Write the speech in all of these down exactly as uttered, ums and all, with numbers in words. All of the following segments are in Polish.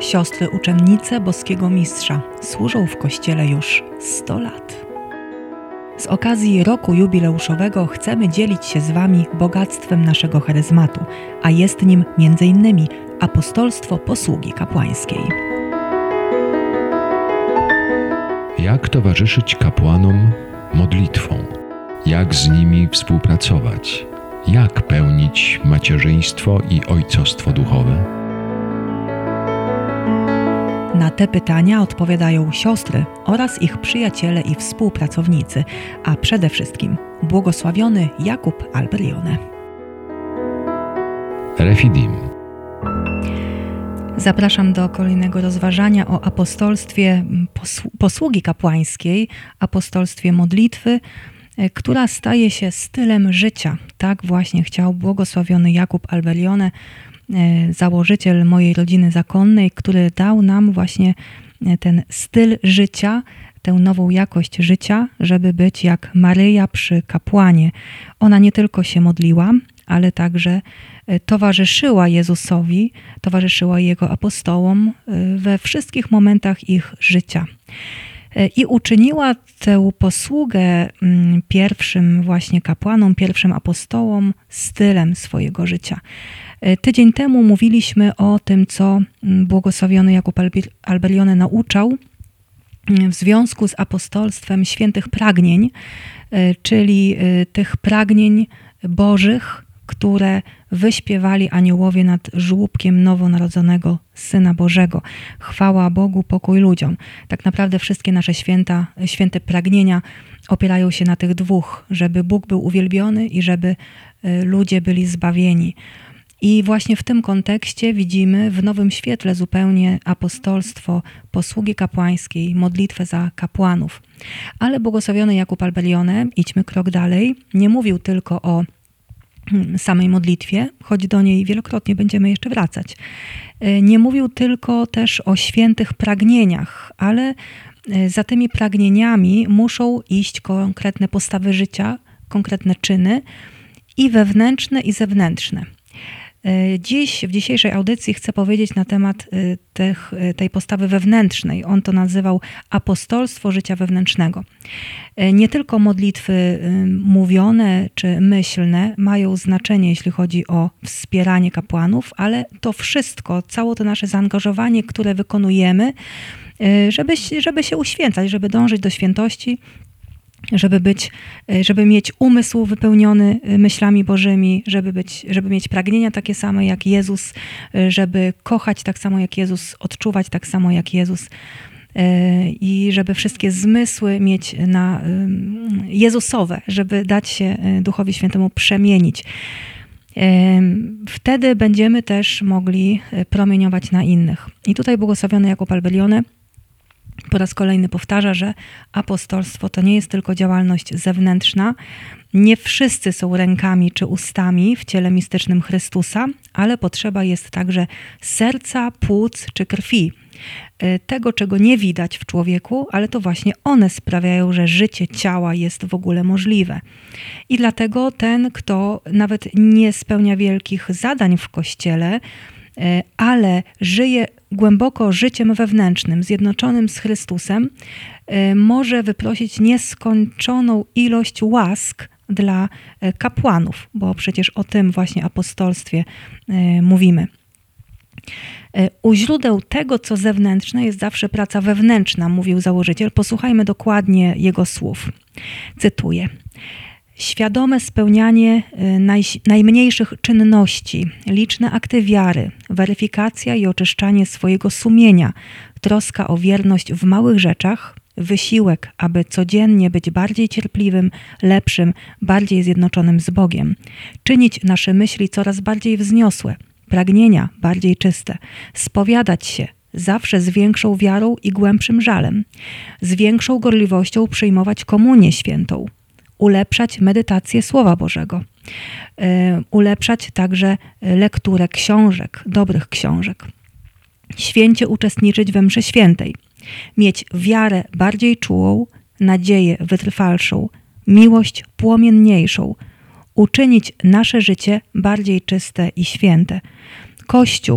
Siostry uczennice boskiego mistrza służą w kościele już sto lat. Z okazji roku jubileuszowego chcemy dzielić się z Wami bogactwem naszego charyzmatu, a jest nim między innymi apostolstwo posługi kapłańskiej. Jak towarzyszyć kapłanom modlitwą? Jak z nimi współpracować? Jak pełnić macierzyństwo i ojcostwo duchowe? Na te pytania odpowiadają siostry oraz ich przyjaciele i współpracownicy, a przede wszystkim błogosławiony Jakub Alberione. Refidim. Zapraszam do kolejnego rozważania o apostolstwie posługi kapłańskiej, apostolstwie modlitwy, która staje się stylem życia. Tak właśnie chciał błogosławiony Jakub Alberione, założyciel mojej rodziny zakonnej, który dał nam właśnie ten styl życia, tę nową jakość życia, żeby być jak Maryja przy kapłanie. Ona nie tylko się modliła, ale także towarzyszyła Jezusowi, towarzyszyła Jego apostołom we wszystkich momentach ich życia. I uczyniła tę posługę pierwszym właśnie kapłanom, pierwszym apostołom stylem swojego życia. Tydzień temu mówiliśmy o tym, co błogosławiony Jakub Alberione nauczał w związku z apostolstwem świętych pragnień, czyli tych pragnień bożych, które wyśpiewali aniołowie nad żłóbkiem nowonarodzonego Syna Bożego. Chwała Bogu, pokój ludziom. Tak naprawdę wszystkie nasze święta, święte pragnienia opierają się na tych dwóch, żeby Bóg był uwielbiony i żeby ludzie byli zbawieni. I właśnie w tym kontekście widzimy w nowym świetle zupełnie apostolstwo posługi kapłańskiej, modlitwę za kapłanów. Ale błogosławiony Jakub Alberione, idźmy krok dalej, nie mówił tylko o samej modlitwie, choć do niej wielokrotnie będziemy jeszcze wracać. Nie mówił tylko też o świętych pragnieniach, ale za tymi pragnieniami muszą iść konkretne postawy życia, konkretne czyny i wewnętrzne, i zewnętrzne. Dziś, w dzisiejszej audycji chcę powiedzieć na temat tych, tej postawy wewnętrznej. On to nazywał apostolstwo życia wewnętrznego. Nie tylko modlitwy mówione czy myślne mają znaczenie, jeśli chodzi o wspieranie kapłanów, ale to wszystko, całe to nasze zaangażowanie, które wykonujemy, żeby, żeby się uświęcać, żeby dążyć do świętości, żeby być, żeby mieć umysł wypełniony myślami Bożymi, żeby być, żeby mieć pragnienia takie same jak Jezus, żeby kochać tak samo jak Jezus, odczuwać tak samo jak Jezus i żeby wszystkie zmysły mieć na Jezusowe, żeby dać się Duchowi Świętemu przemienić. Wtedy będziemy też mogli promieniować na innych. I tutaj błogosławiony Jakub Alberione po raz kolejny powtarza, że apostolstwo to nie jest tylko działalność zewnętrzna. Nie wszyscy są rękami czy ustami w ciele mistycznym Chrystusa, ale potrzeba jest także serca, płuc czy krwi. Tego, czego nie widać w człowieku, ale to właśnie one sprawiają, że życie ciała jest w ogóle możliwe. I dlatego ten, kto nawet nie spełnia wielkich zadań w Kościele, ale żyje głęboko życiem wewnętrznym, zjednoczonym z Chrystusem, może wyprosić nieskończoną ilość łask dla kapłanów, bo przecież o tym właśnie apostolstwie mówimy. U źródeł tego, co zewnętrzne, jest zawsze praca wewnętrzna, mówił założyciel. Posłuchajmy dokładnie jego słów. Cytuję. Świadome spełnianie naj, najmniejszych czynności, liczne akty wiary, weryfikacja i oczyszczanie swojego sumienia, troska o wierność w małych rzeczach, wysiłek, aby codziennie być bardziej cierpliwym, lepszym, bardziej zjednoczonym z Bogiem, czynić nasze myśli coraz bardziej wzniosłe, pragnienia bardziej czyste, spowiadać się zawsze z większą wiarą i głębszym żalem, z większą gorliwością przyjmować komunię świętą, ulepszać medytację Słowa Bożego, ulepszać także lekturę książek, dobrych książek, święcie uczestniczyć we mszy świętej, mieć wiarę bardziej czułą, nadzieję wytrwalszą, miłość płomienniejszą, uczynić nasze życie bardziej czyste i święte, Kościół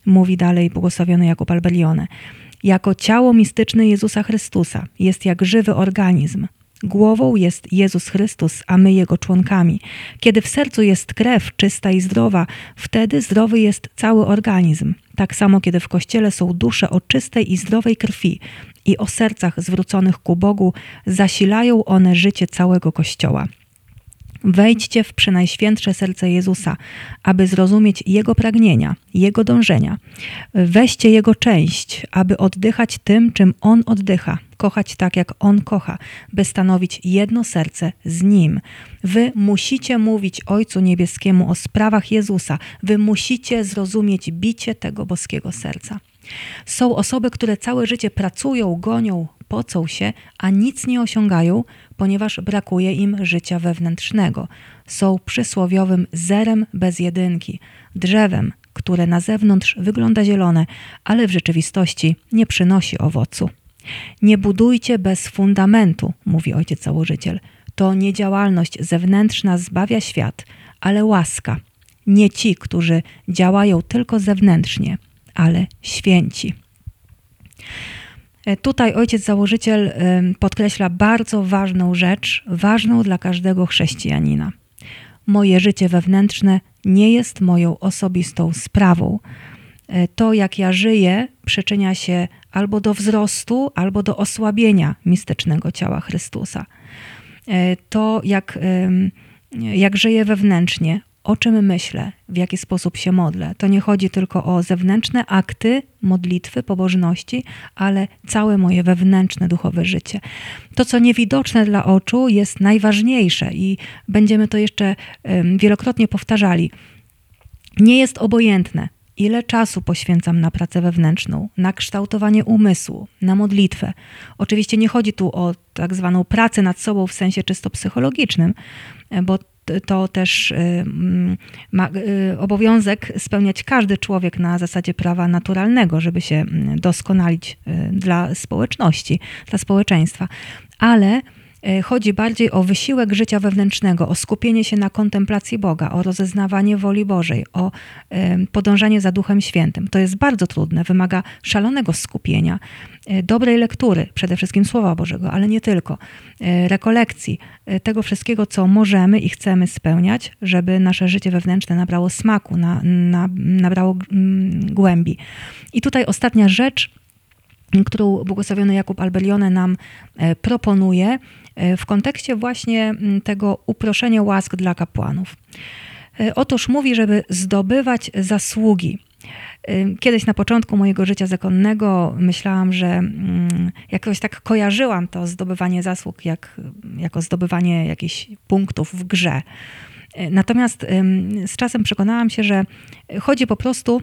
mówi dalej błogosławiony Jakub Albelione. Jako ciało mistyczne Jezusa Chrystusa jest jak żywy organizm. Głową jest Jezus Chrystus, a my Jego członkami. Kiedy w sercu jest krew czysta i zdrowa, wtedy zdrowy jest cały organizm. Tak samo kiedy w Kościele są dusze o czystej i zdrowej krwi i o sercach zwróconych ku Bogu, zasilają one życie całego Kościoła. Wejdźcie w przynajświętsze serce Jezusa, aby zrozumieć Jego pragnienia, Jego dążenia. Weźcie Jego część, aby oddychać tym, czym On oddycha, kochać tak, jak On kocha, by stanowić jedno serce z Nim. Wy musicie mówić Ojcu Niebieskiemu o sprawach Jezusa. Wy musicie zrozumieć bicie tego boskiego serca. Są osoby, które całe życie pracują, gonią, pocą się, a nic nie osiągają, ponieważ brakuje im życia wewnętrznego. Są przysłowiowym zerem bez jedynki, drzewem, które na zewnątrz wygląda zielone, ale w rzeczywistości nie przynosi owocu. Nie budujcie bez fundamentu, mówi ojciec założyciel. To niedziałalność zewnętrzna zbawia świat, ale łaska. Nie ci, którzy działają tylko zewnętrznie, ale święci. Tutaj ojciec założyciel podkreśla bardzo ważną rzecz, ważną dla każdego chrześcijanina. Moje życie wewnętrzne nie jest moją osobistą sprawą. To, jak ja żyję, przyczynia się albo do wzrostu, albo do osłabienia mistycznego ciała Chrystusa. To, jak, jak żyję wewnętrznie, o czym myślę, w jaki sposób się modlę. To nie chodzi tylko o zewnętrzne akty modlitwy, pobożności, ale całe moje wewnętrzne duchowe życie. To, co niewidoczne dla oczu, jest najważniejsze i będziemy to jeszcze wielokrotnie powtarzali. Nie jest obojętne, ile czasu poświęcam na pracę wewnętrzną, na kształtowanie umysłu, na modlitwę. Oczywiście nie chodzi tu o tak zwaną pracę nad sobą w sensie czysto psychologicznym, bo to też ma obowiązek spełniać każdy człowiek na zasadzie prawa naturalnego, żeby się doskonalić dla społeczności, dla społeczeństwa. Ale chodzi bardziej o wysiłek życia wewnętrznego, o skupienie się na kontemplacji Boga, o rozeznawanie woli Bożej, o podążanie za Duchem Świętym. To jest bardzo trudne, wymaga szalonego skupienia, dobrej lektury, przede wszystkim Słowa Bożego, ale nie tylko, rekolekcji, tego wszystkiego, co możemy i chcemy spełniać, żeby nasze życie wewnętrzne nabrało smaku, na, na, nabrało głębi. I tutaj ostatnia rzecz, którą błogosławiony Jakub Albelione nam proponuje w kontekście właśnie tego uproszenia łask dla kapłanów. Otóż mówi, żeby zdobywać zasługi. Kiedyś na początku mojego życia zakonnego myślałam, że jakoś tak kojarzyłam to zdobywanie zasług jak, jako zdobywanie jakichś punktów w grze. Natomiast z czasem przekonałam się, że chodzi po prostu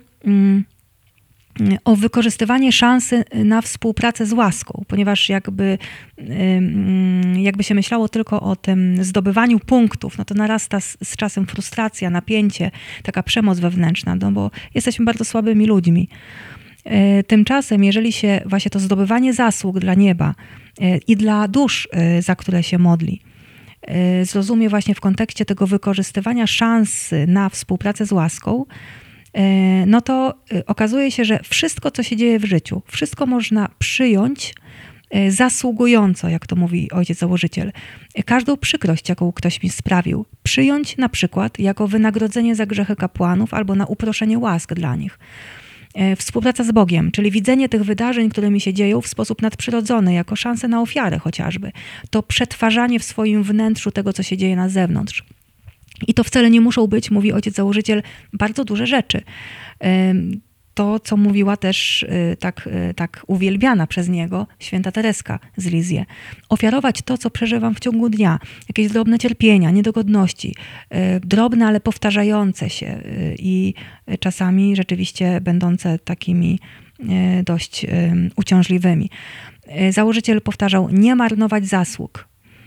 o wykorzystywanie szansy na współpracę z łaską, ponieważ jakby, jakby się myślało tylko o tym zdobywaniu punktów, no to narasta z, z czasem frustracja, napięcie, taka przemoc wewnętrzna, no bo jesteśmy bardzo słabymi ludźmi. Tymczasem, jeżeli się właśnie to zdobywanie zasług dla nieba i dla dusz, za które się modli, zrozumie właśnie w kontekście tego wykorzystywania szansy na współpracę z łaską, no to okazuje się, że wszystko, co się dzieje w życiu, wszystko można przyjąć zasługująco, jak to mówi ojciec założyciel. Każdą przykrość, jaką ktoś mi sprawił, przyjąć na przykład jako wynagrodzenie za grzechy kapłanów albo na uproszenie łask dla nich. Współpraca z Bogiem, czyli widzenie tych wydarzeń, które mi się dzieją w sposób nadprzyrodzony, jako szansę na ofiarę chociażby. To przetwarzanie w swoim wnętrzu tego, co się dzieje na zewnątrz. I to wcale nie muszą być, mówi ojciec założyciel, bardzo duże rzeczy. To, co mówiła też tak, tak uwielbiana przez niego święta Tereska z Lizie. Ofiarować to, co przeżywam w ciągu dnia. Jakieś drobne cierpienia, niedogodności. Drobne, ale powtarzające się i czasami rzeczywiście będące takimi dość uciążliwymi. Założyciel powtarzał, nie marnować zasług.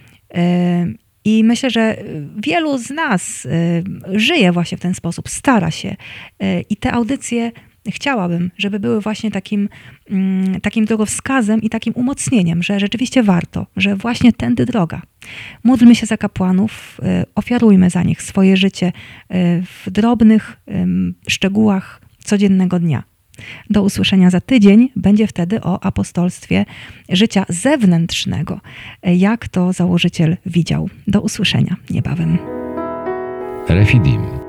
I myślę, że wielu z nas żyje właśnie w ten sposób, stara się. I te audycje chciałabym, żeby były właśnie takim, takim drogowskazem i takim umocnieniem, że rzeczywiście warto, że właśnie tędy droga. Módlmy się za kapłanów, ofiarujmy za nich swoje życie w drobnych szczegółach codziennego dnia. Do usłyszenia za tydzień. Będzie wtedy o apostolstwie życia zewnętrznego, jak to założyciel widział. Do usłyszenia niebawem. Refidim.